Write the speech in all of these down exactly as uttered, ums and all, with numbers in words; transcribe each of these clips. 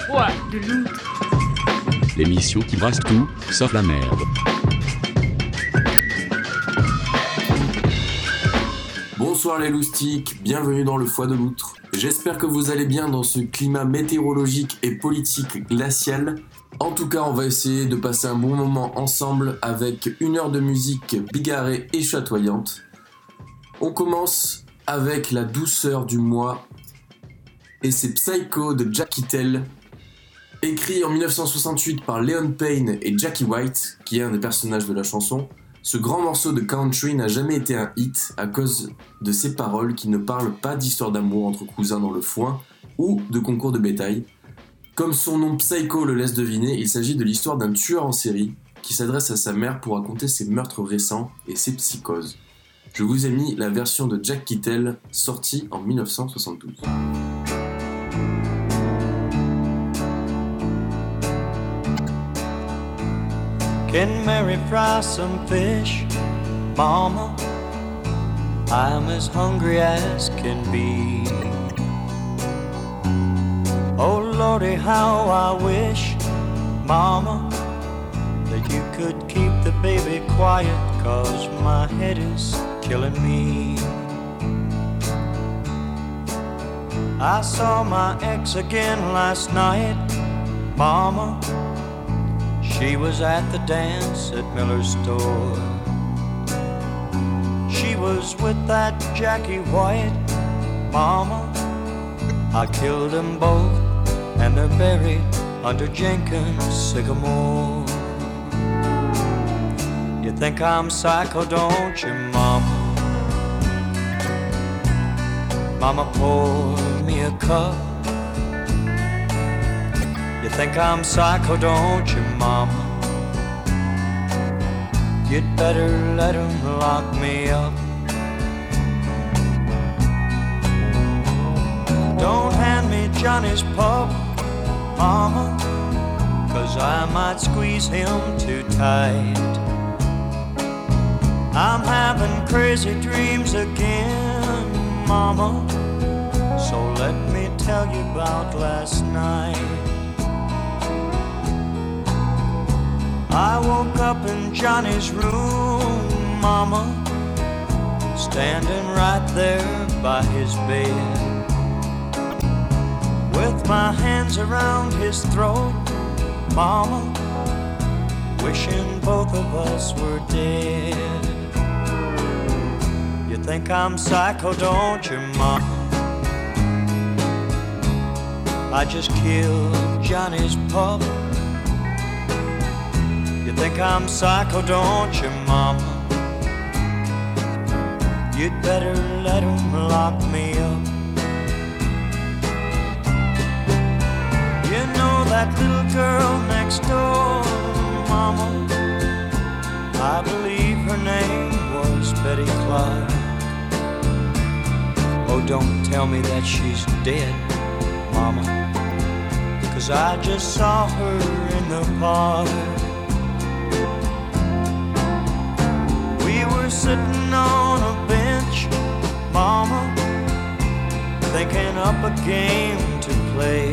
foi de loutre. L'émission qui brasse tout, sauf la merde. Bonsoir les loustiques, bienvenue dans le Foie de l'Outre. J'espère que vous allez bien dans ce climat météorologique et politique glacial. En tout cas, on va essayer de passer un bon moment ensemble avec une heure de musique bigarrée et chatoyante. On commence avec la douceur du mois et c'est Psycho de Jack Kittel, écrit en dix-neuf cent soixante-huit par Leon Payne et Jackie White, qui est un des personnages de la chanson. Ce grand morceau de country n'a jamais été un hit à cause de ses paroles qui ne parlent pas d'histoire d'amour entre cousins dans le foin ou de concours de bétail. Comme son nom Psycho le laisse deviner, il s'agit de l'histoire d'un tueur en série qui s'adresse à sa mère pour raconter ses meurtres récents et ses psychoses. Je vous ai mis la version de Jack Kittel sortie en dix-neuf cent soixante-douze. Can Mary fry some fish, Mama? I'm as hungry as can be. Oh Lordy, how I wish, Mama, that you could keep the baby quiet, 'cause my head is killing me. I saw my ex again last night, Mama. She was at the dance at Miller's store. She was with that Jackie White, Mama. I killed them both, and they're buried under Jenkins' sycamore. You think I'm psycho, don't you, Mama? Mama, pour me a cup. You think I'm psycho, don't you, Mama? You'd better let him lock me up. Don't hand me Johnny's pup, Mama, 'cause I might squeeze him too tight. I'm having crazy dreams again, Mama, so let me tell you about last night. I woke up in Johnny's room, Mama, standing right there by his bed, with my hands around his throat, Mama, wishing both of us were dead. You think I'm psycho, don't you, Mama? I just killed Johnny's pup. You think I'm psycho, don't you, Mama? You'd better let him lock me up. You know that little girl next door, Mama, I believe her name was Betty Clark. Oh, don't tell me that she's dead, Mama, 'cause I just saw her in the park. Sitting on a bench, Mama, thinking up a game to play.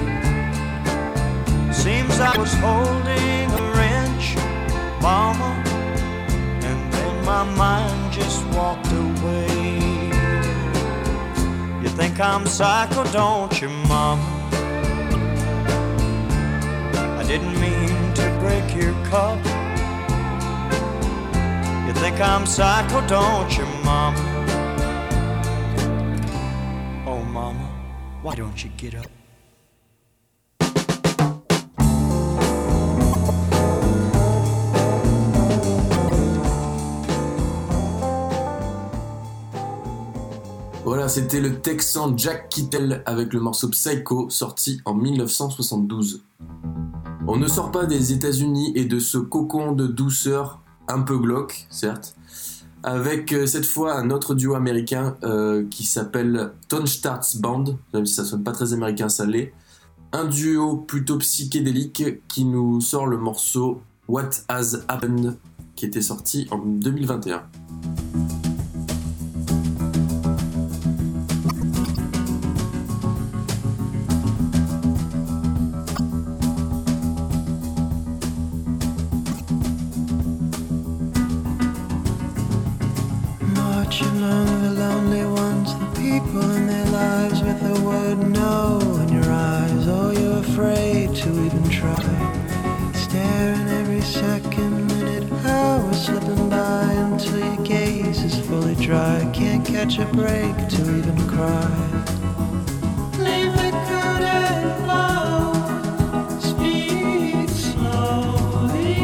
Seems I was holding a wrench, Mama, and then my mind just walked away. You think I'm psycho, don't you, Mama? I didn't mean to break your cup. Think I'm psycho, don't you, Mama? Oh, Mama, why don't you get up? Voilà, c'était le Texan Jack Kittel avec le morceau Psycho, sorti en dix-neuf cent soixante-douze. On ne sort pas des États-Unis et de ce cocon de douceur un peu glauque, certes, avec euh, cette fois un autre duo américain euh, qui s'appelle Tone Starts Band, même si ça sonne pas très américain, ça l'est. Un duo plutôt psychédélique qui nous sort le morceau What Has Happened, qui était sorti en deux mille vingt et un. fully dry. Can't catch a break to even cry. Leave the curtain low. Speak slowly.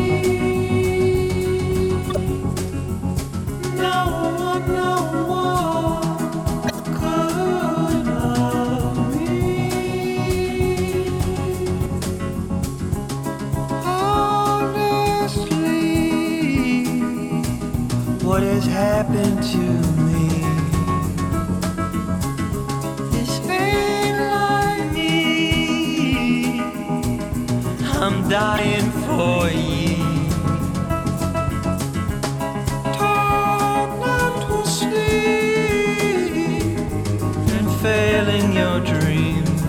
No one, no one could love me. Honestly, what has happened to me? This ain't like me. I'm dying for you. Turn not to sleep and failing your dreams.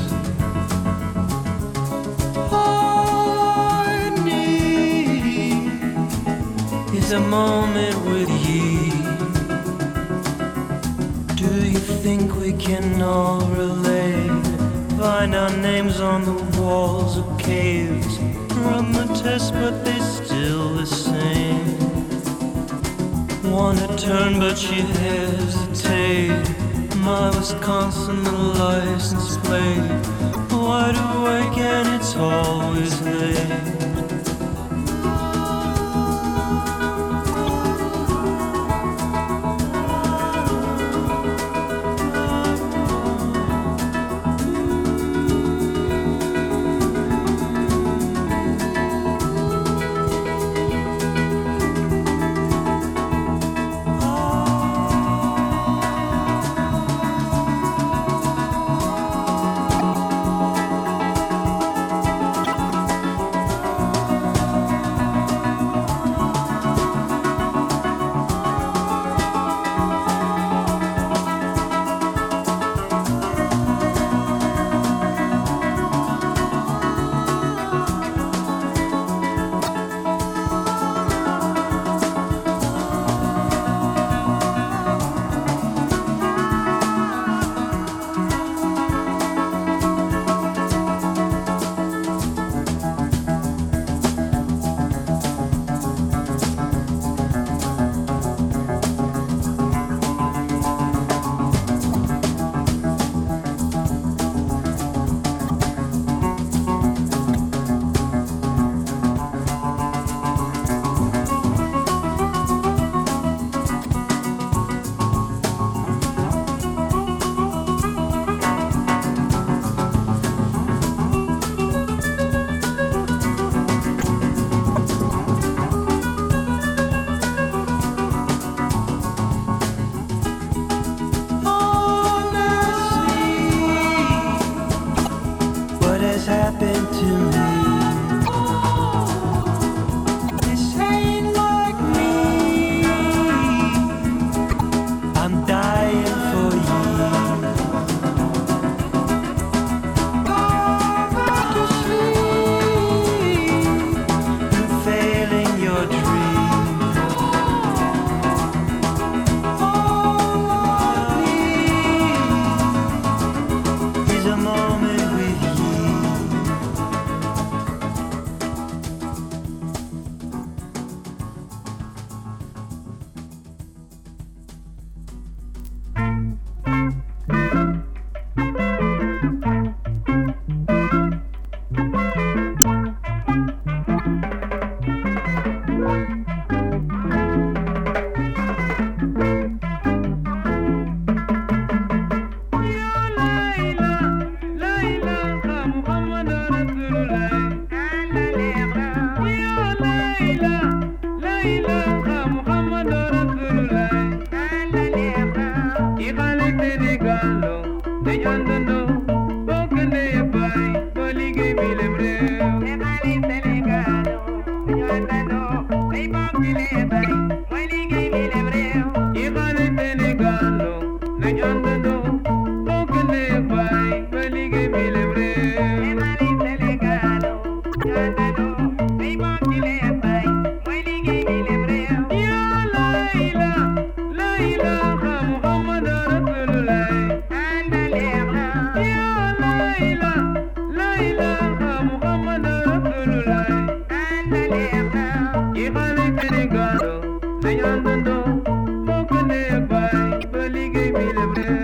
All I need is a moment with you. Do you think we can all relate? Find our names on the walls of caves. Run the test, but they still the same. Wanna turn, but she hesitate. My Wisconsin, the license plate. Wide awake and it's always late.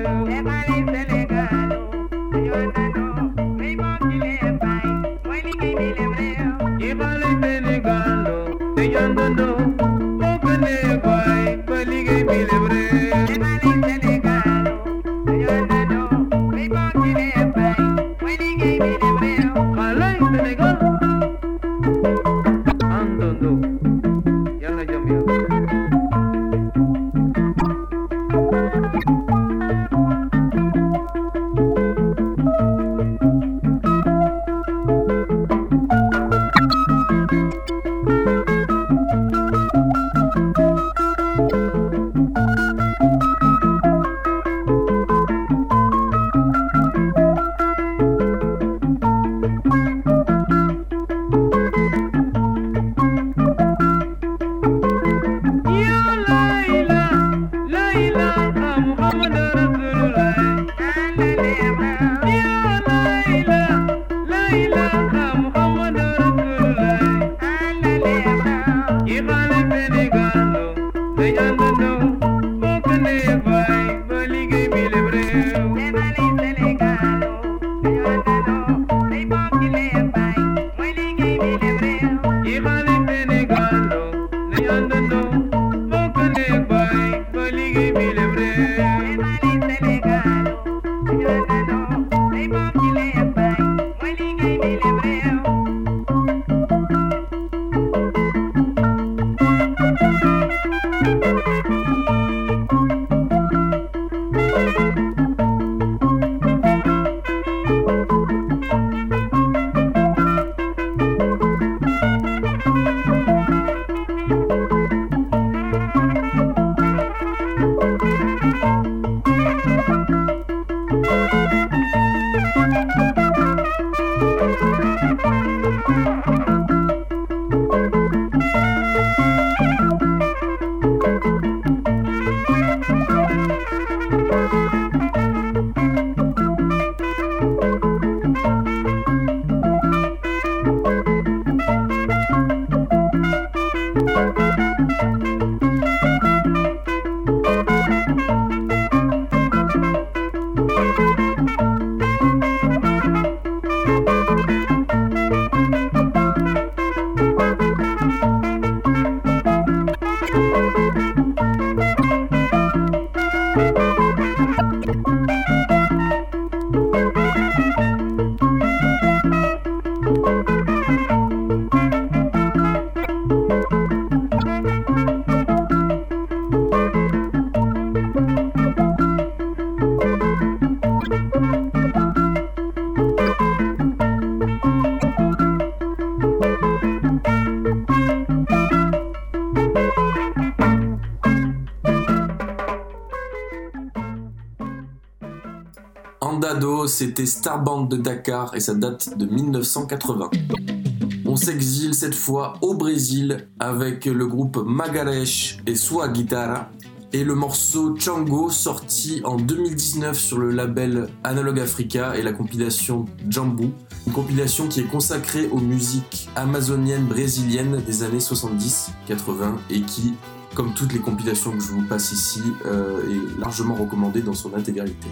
Andado, c'était Starband de Dakar et ça date de mille neuf cent quatre-vingts. On s'exile cette fois au Brésil avec le groupe Magalhães et Sua Guitarra et le morceau Chango sorti en deux mille dix-neuf sur le label Analog Africa et la compilation Jambu, une compilation qui est consacrée aux musiques amazoniennes brésiliennes des années soixante-dix quatre-vingts et qui, comme toutes les compilations que je vous passe ici, euh, est largement recommandée dans son intégralité.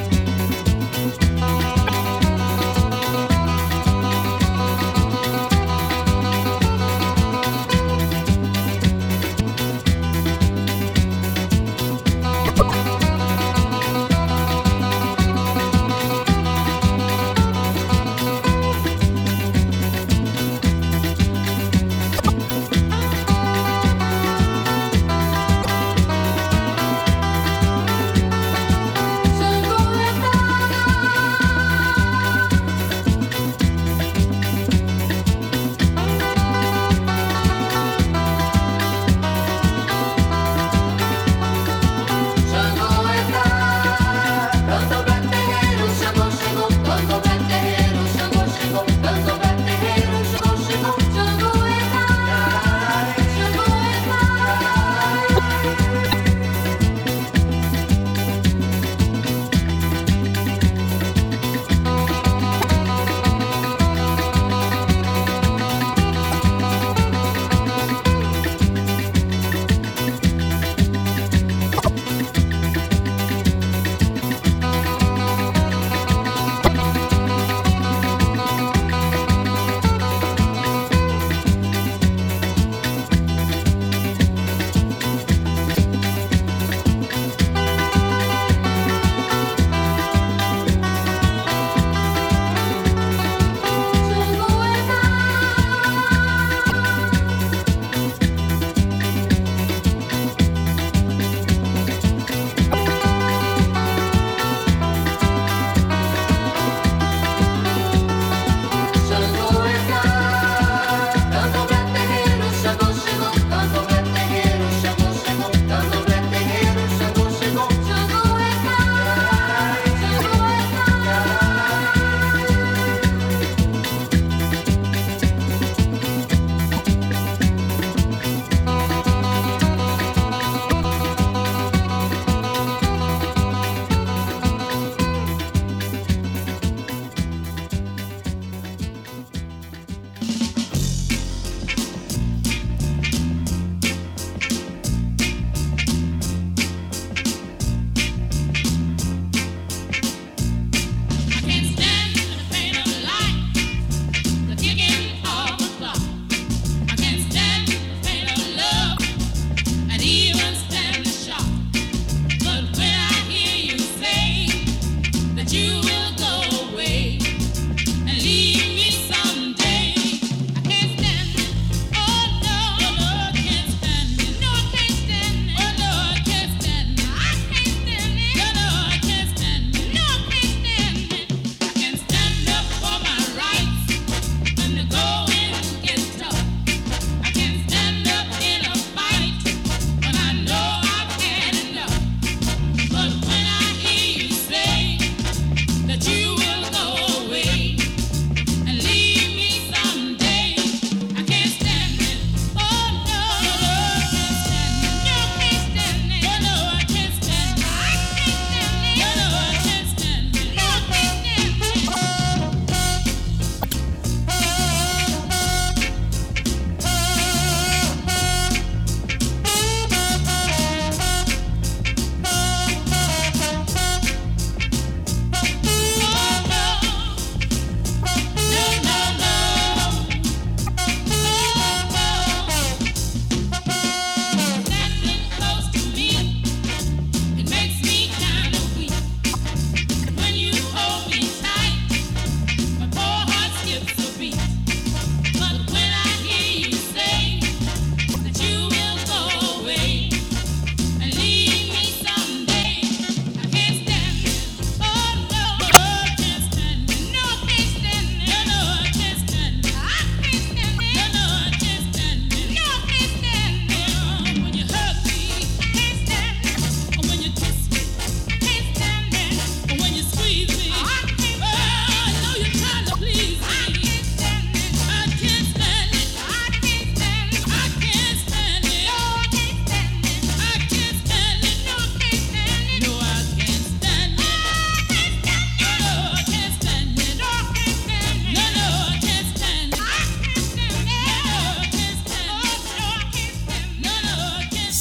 We'll be right back.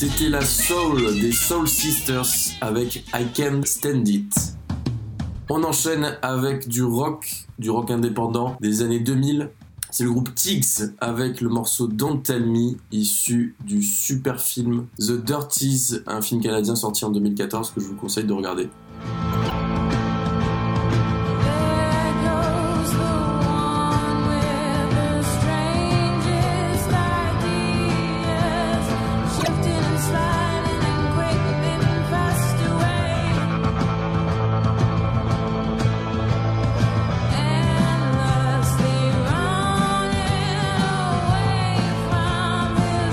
C'était la soul des Soul Sisters avec I Can't Stand It. On enchaîne avec du rock, du rock indépendant des années deux mille. C'est le groupe Tiggs avec le morceau Don't Tell Me, issu du super film The Dirties, un film canadien sorti en deux mille quatorze que je vous conseille de regarder.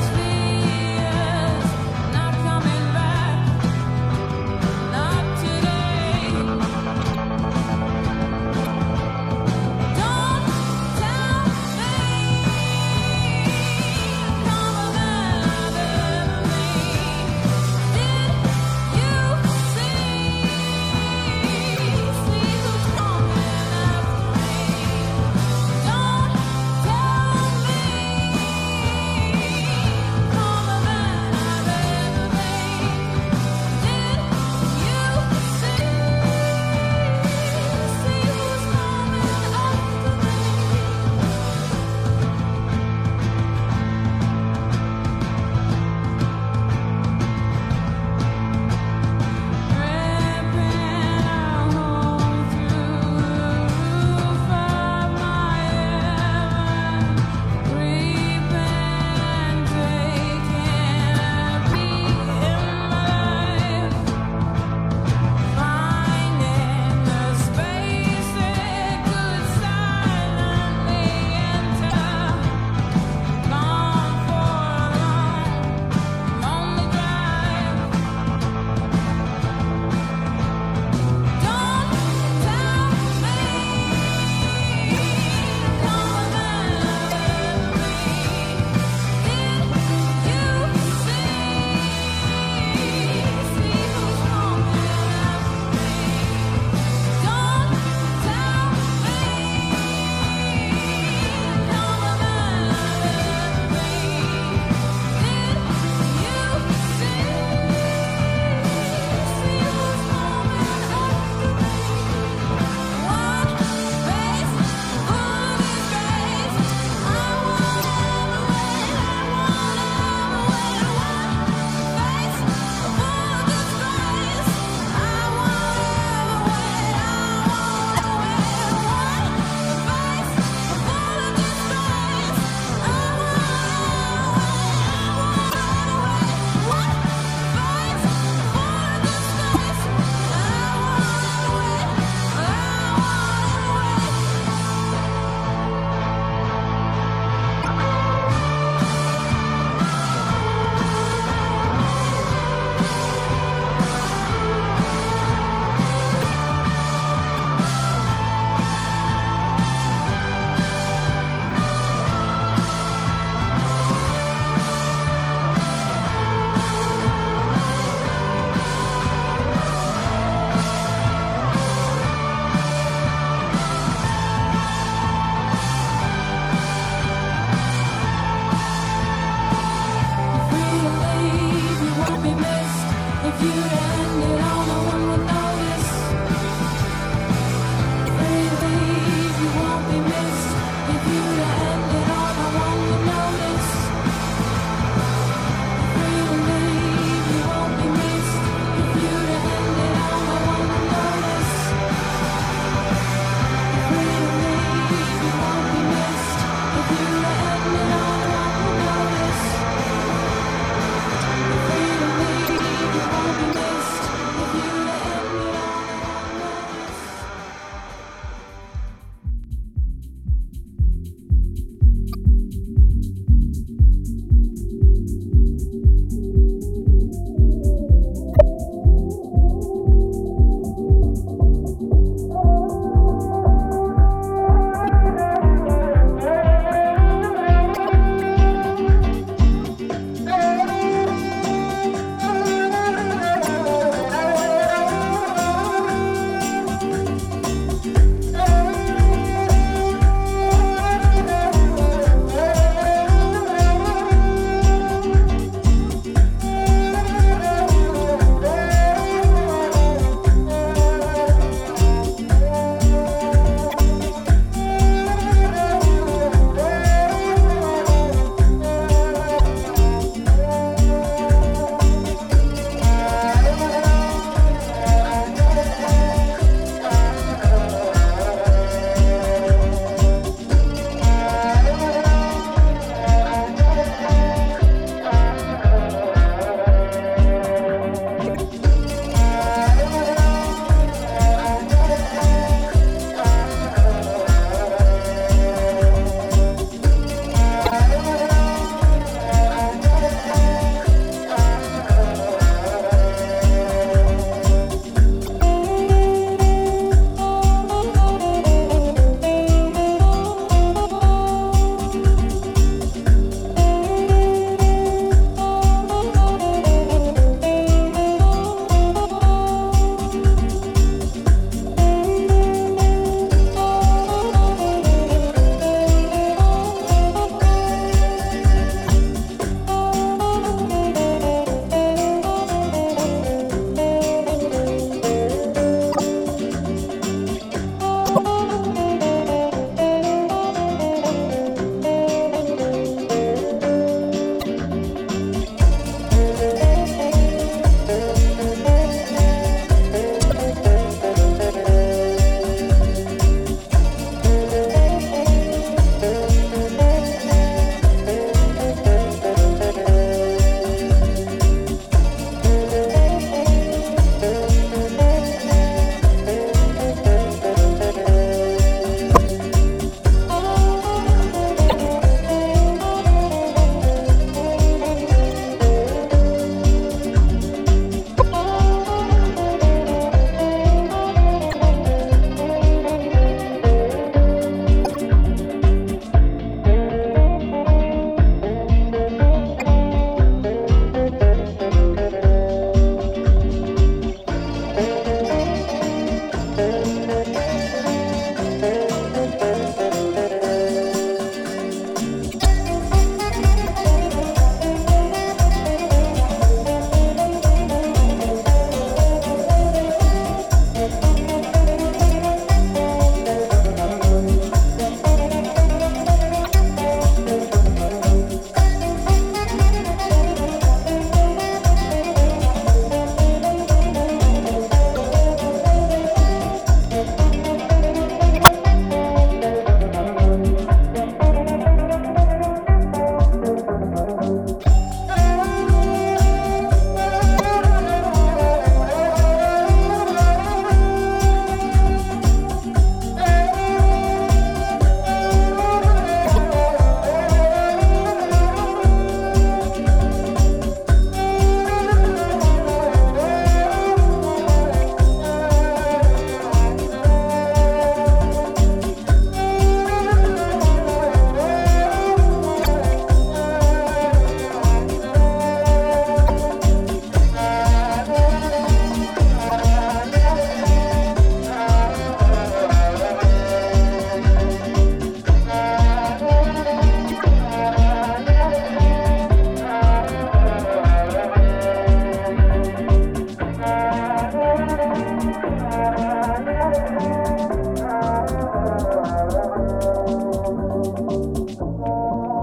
To the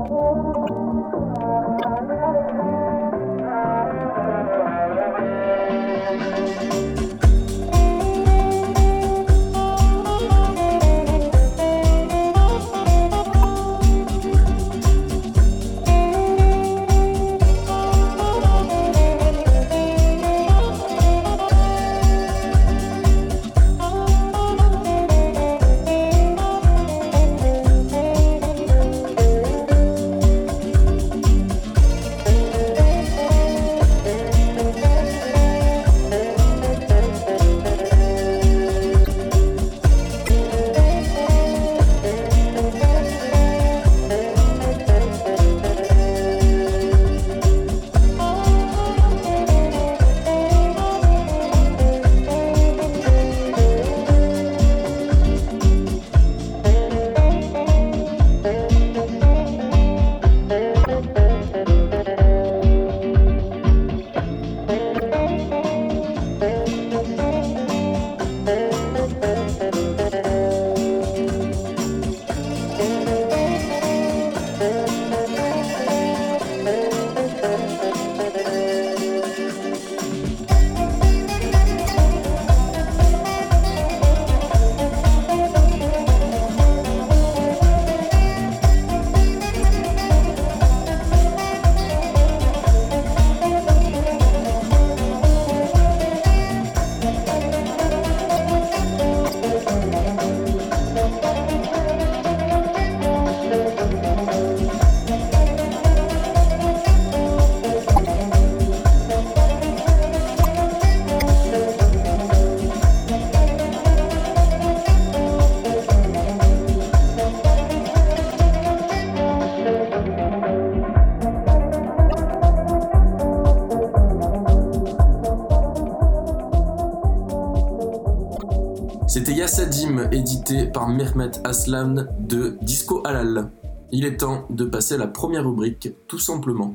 C'était Yassadim, édité par Mehmet Aslan de Disco Halal. Il est temps de passer à la première rubrique, tout simplement.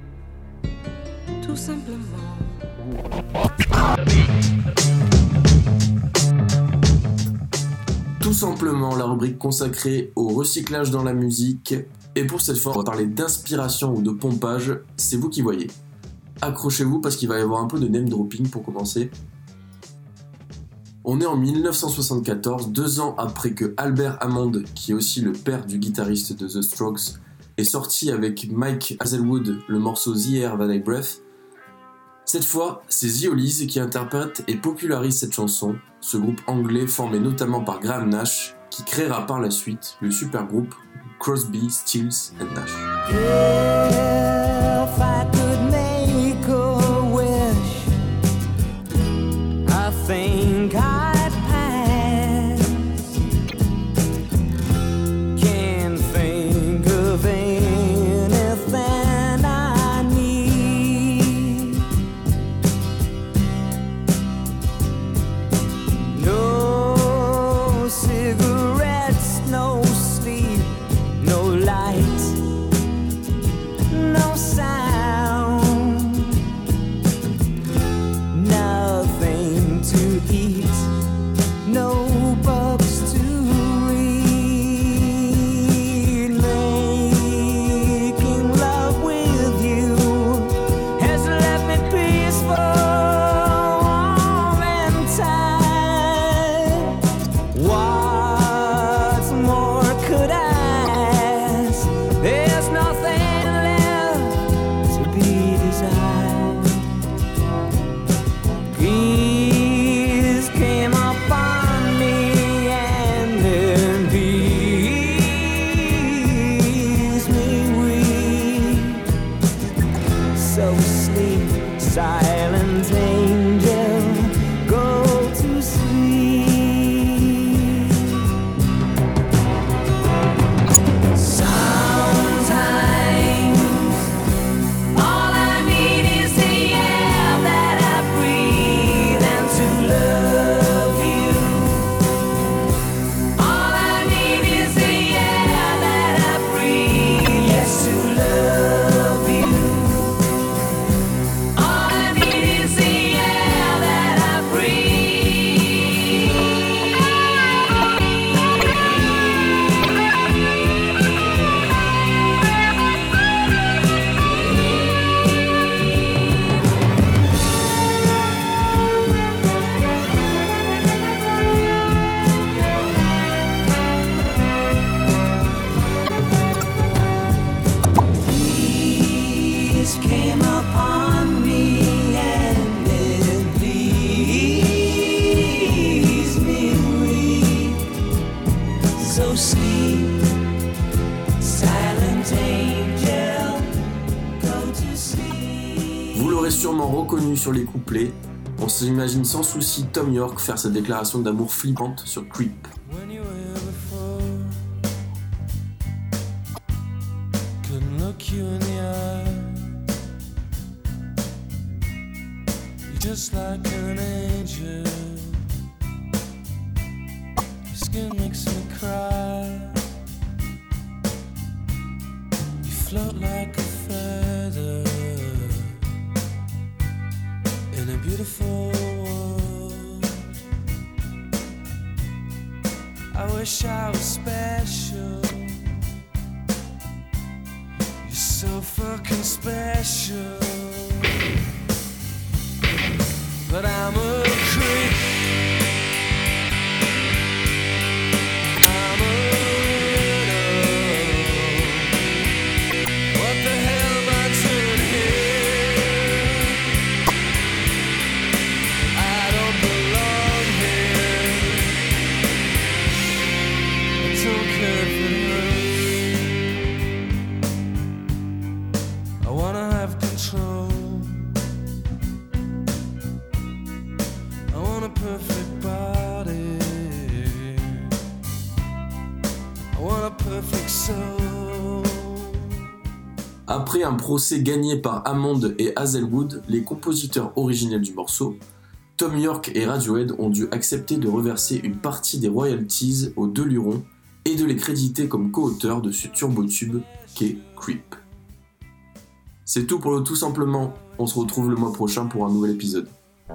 Tout simplement. Tout simplement, la rubrique consacrée au recyclage dans la musique. Et pour cette fois, on va parler d'inspiration ou de pompage, c'est vous qui voyez. Accrochez-vous parce qu'il va y avoir un peu de name dropping pour commencer. On est en dix-neuf cent soixante-quatorze, deux ans après que Albert Hammond, qui est aussi le père du guitariste de The Strokes, est sorti avec Mike Hazelwood le morceau The Air That I Breathe. Cette fois, c'est The Hollies qui interprète et popularise cette chanson, ce groupe anglais formé notamment par Graham Nash, qui créera par la suite le super groupe Crosby, Stills and Nash. If I could make a wish, I think I'd pass. Can't think of anything I need. No cigarettes, no sleep, no light, no sound, nothing to eat, no books to read. Making love with you has left me peaceful, warm and tired. What more could I ask? There's nothing left to be desired. Peace came upon me and then peace me weak. So sleep, silent angel, go to sleep. Sometimes all I need is the air that I breathe and to love you. All I need is the air that I breathe, yes, to love you. All I need is the image came upon me and it pleased me. So sleep, silent angel, go to sleep. Vous l'aurez sûrement reconnu sur les couplets. On s'imagine sans souci Thom Yorke faire sa déclaration d'amour flippante sur Creep. When you were here before, couldn't look you in the eye. You're just like an angel. Your skin makes me cry. You float like a feather in a beautiful world. I wish I was special. You're so fucking special. But I'm a creep. I'm a weirdo. What the hell am I doing here? I don't belong here. I don't care if it hurts. I wanna have control. I want a perfect body. I want a perfect soul. Après un procès gagné par Hammond et Hazelwood, les compositeurs originels du morceau, Thom Yorke et Radiohead ont dû accepter de reverser une partie des royalties aux deux lurons et de les créditer comme co-auteurs de ce turbo-tube qu'est Creep. C'est tout pour le Tout Simplement, on se retrouve le mois prochain pour un nouvel épisode.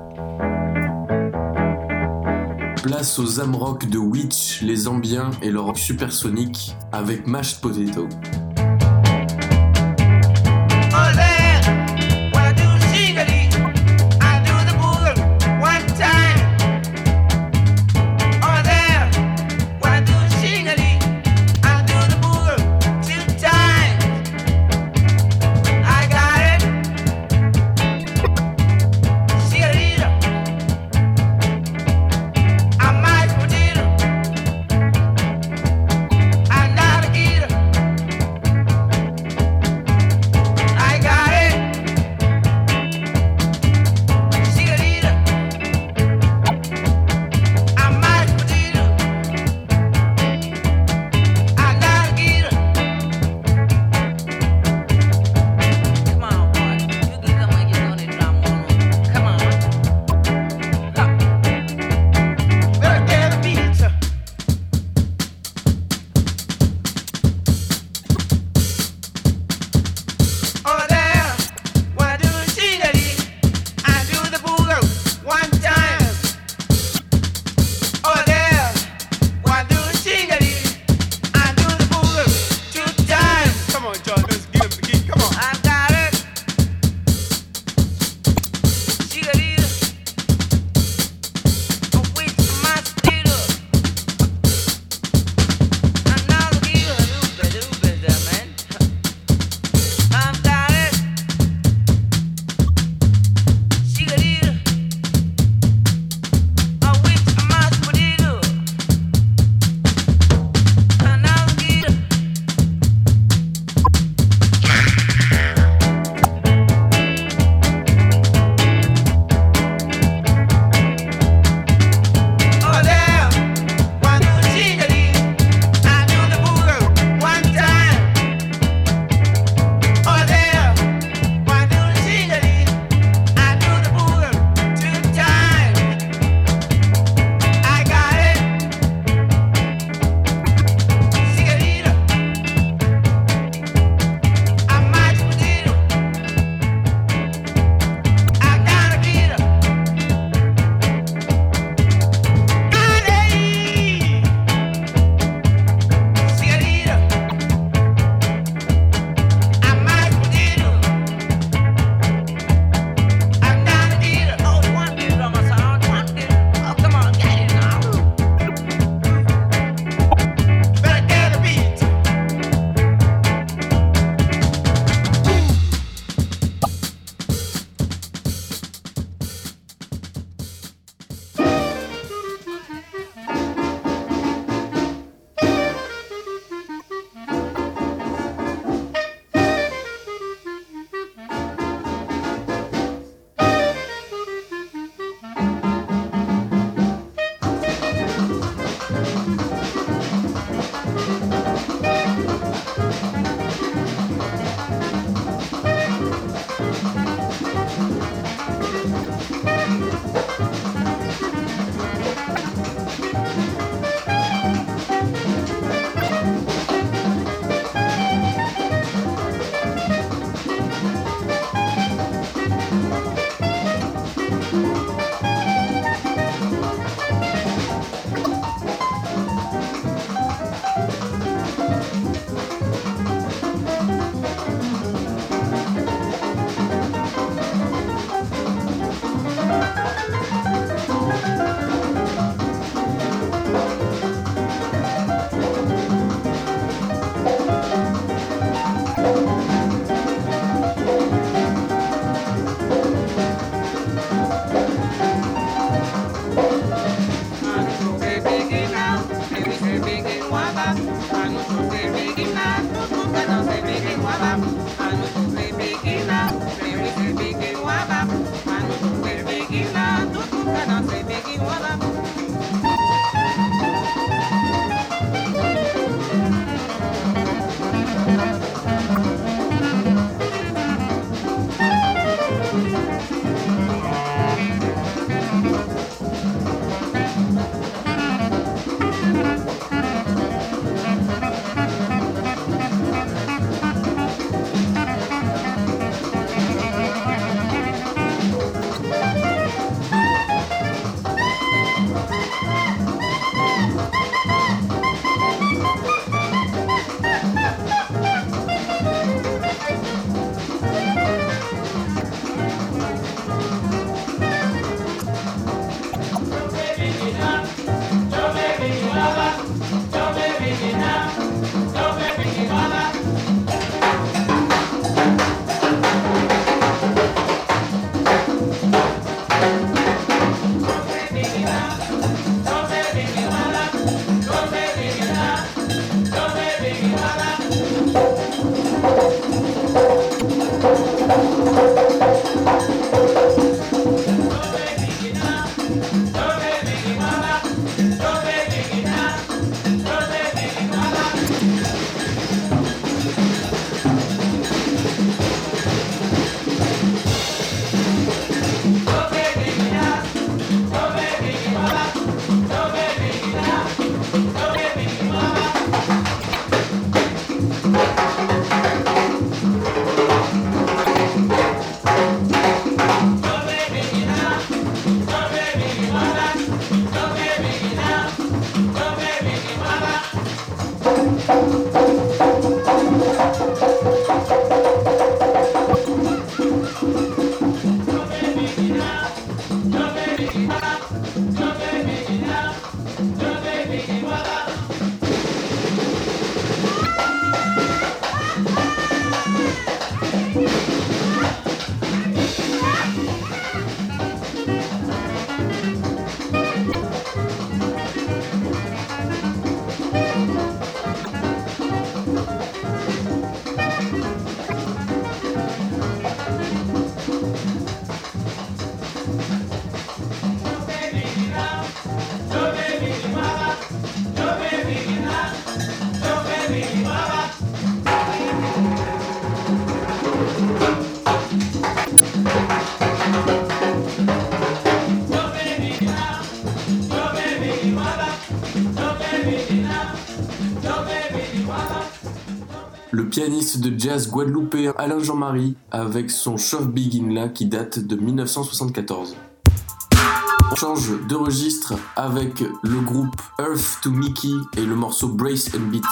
Place aux Amrock de Witch, les Ambiens et leur rock supersonique avec Mashed Potato. Le pianiste de jazz guadeloupéen Alain Jean-Marie avec son Shove Begin là qui date de dix-neuf cent soixante-quatorze. On change de registre avec le groupe Earth to Mickey et le morceau Brace and Beat.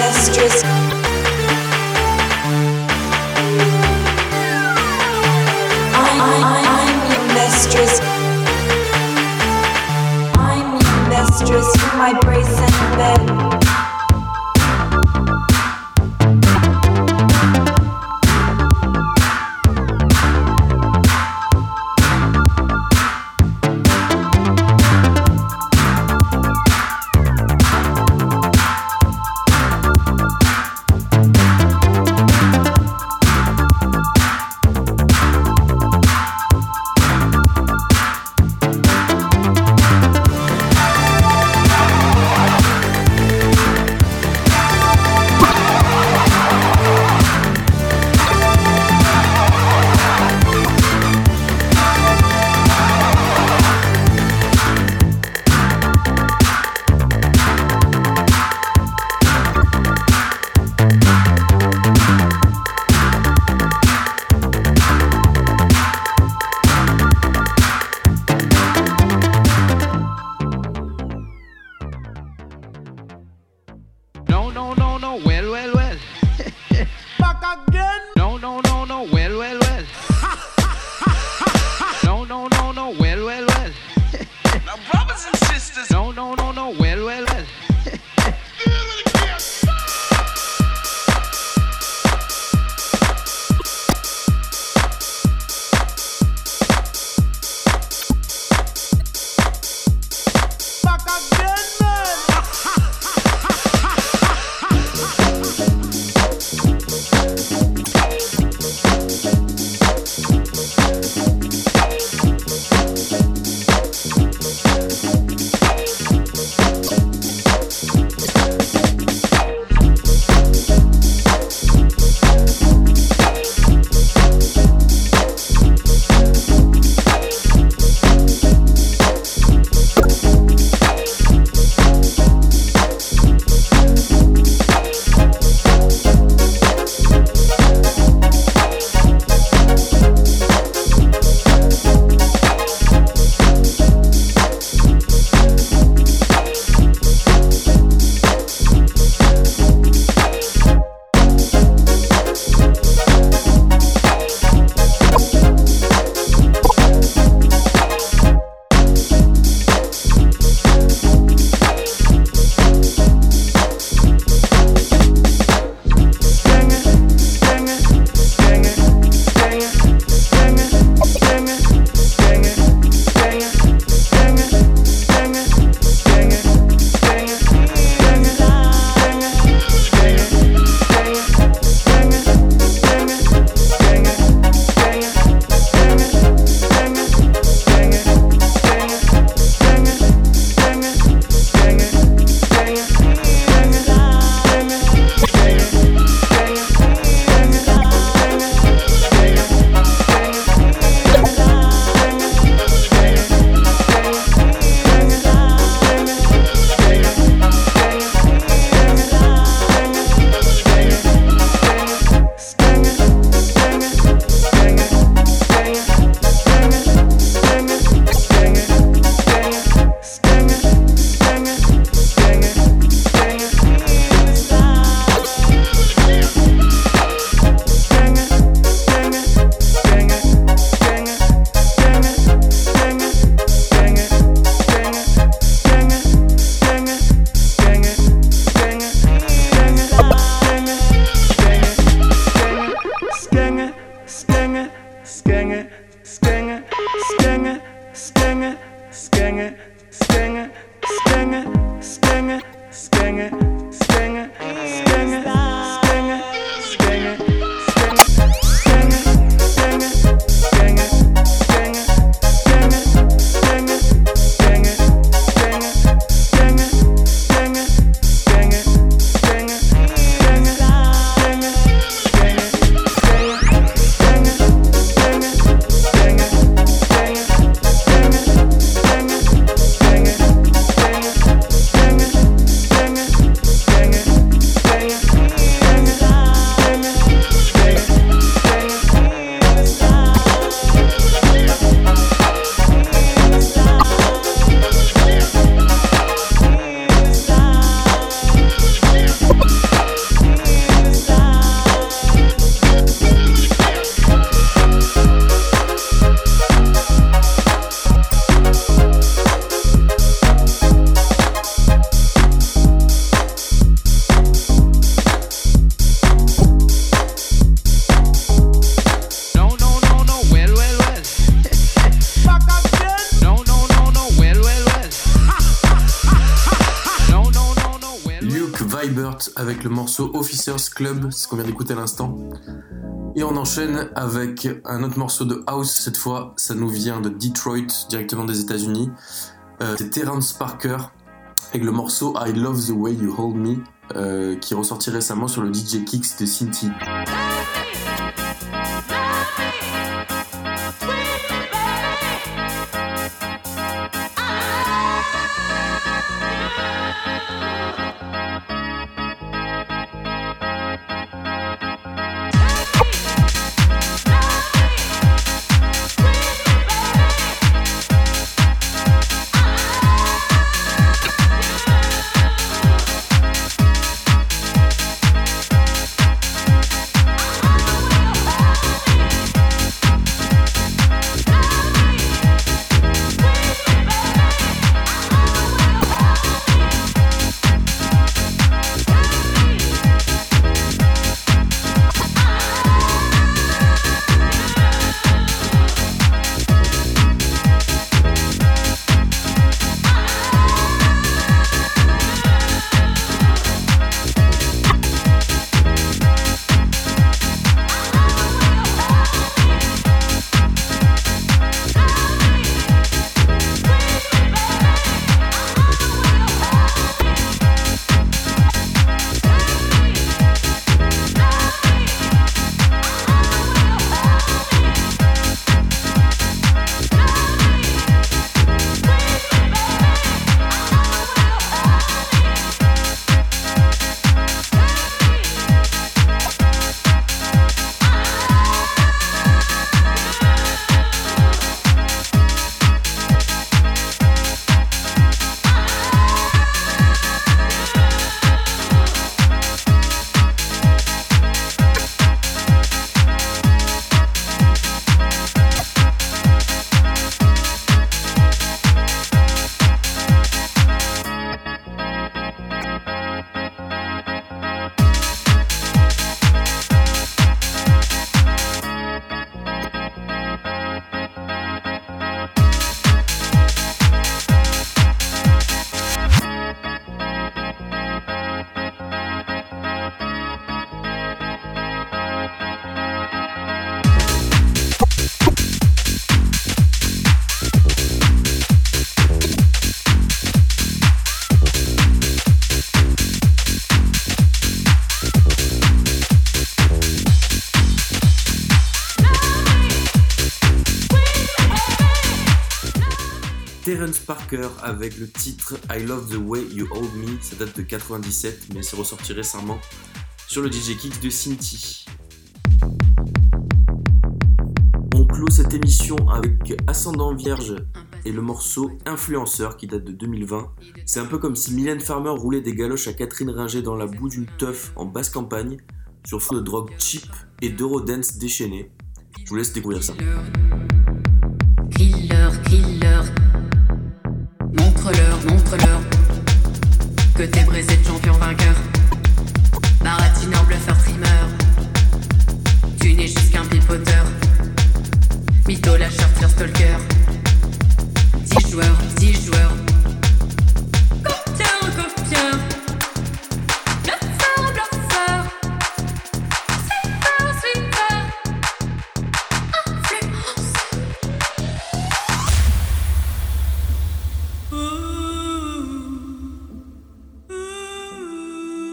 Mistress. avec le morceau Officers Club, c'est ce qu'on vient d'écouter à l'instant. Et on enchaîne avec un autre morceau de house, cette fois ça nous vient de Detroit, directement des États-Unis. Euh, c'est Terrence Parker avec le morceau I Love the Way You Hold Me, euh, qui est ressorti récemment sur le D J Kicks de Cinti. Terrence Parker avec le titre I Love the Way You Hold Me, ça date de quatre-vingt-dix-sept mais c'est ressorti récemment sur le D J Kicks de Cinti. On clôt cette émission avec Ascendant Vierge et le morceau Influenceur qui date de deux mille vingt. C'est un peu comme si Mylène Farmer roulait des galoches à Catherine Ringer dans la boue d'une teuf en basse campagne sur fond de drogue cheap et d'eurodance déchaînée. Je vous laisse découvrir ça. Killer, killer, montre-leur, montre-leur que t'es brisé de champion vainqueur. Baratineur, bluffeur, trimeur, tu n'es juste qu'un pipoteur. Mytho, lâcheur, tire, stalker. Dix joueurs, dix joueurs. Copieur, copieur. Bluffeur, bluffeur. Sweeper, sweeper. Influence. Ooh, ooh.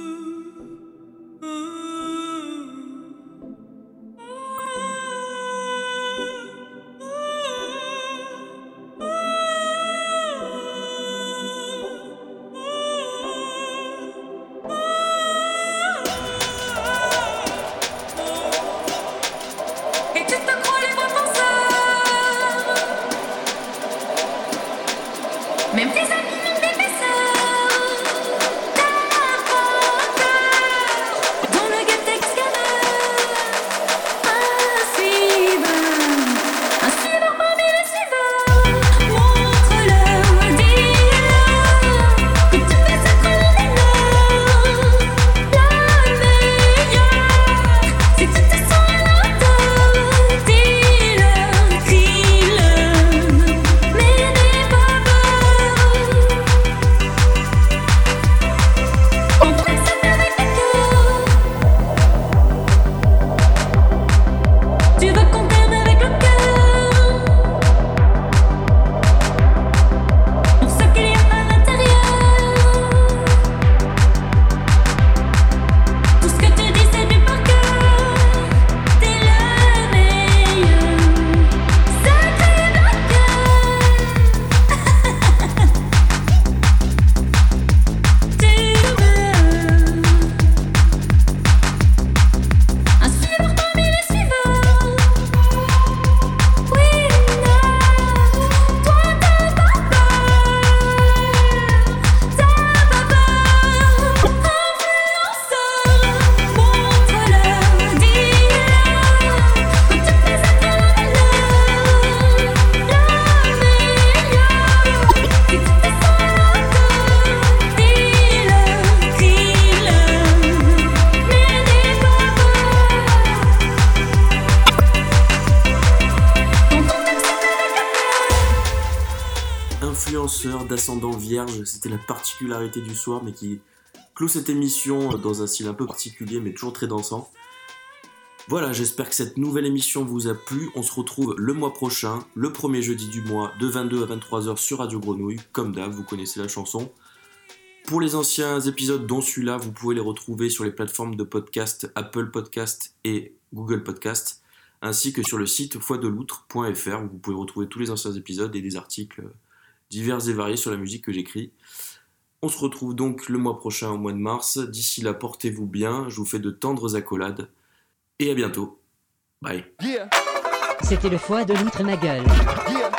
ascendant vierge, c'était la particularité du soir, mais qui clôt cette émission dans un style un peu particulier, mais toujours très dansant. Voilà, j'espère que cette nouvelle émission vous a plu. On se retrouve le mois prochain, le premier jeudi du mois, de vingt-deux à vingt-trois heures sur Radio Grenouille, comme d'hab, vous connaissez la chanson. Pour les anciens épisodes, dont celui-là, vous pouvez les retrouver sur les plateformes de podcast Apple Podcast et Google Podcast, ainsi que sur le site foi de loutre point f r, où vous pouvez retrouver tous les anciens épisodes et des articles divers et variés sur la musique que j'écris. On se retrouve donc le mois prochain, au mois de mars. D'ici là, portez-vous bien, je vous fais de tendres accolades, et à bientôt. Bye. Yeah. C'était le foie de loutre ma gueule. Yeah.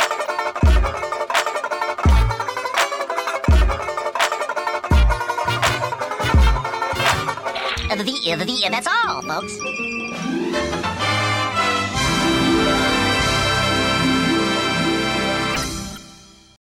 The, the, the, that's all, folks.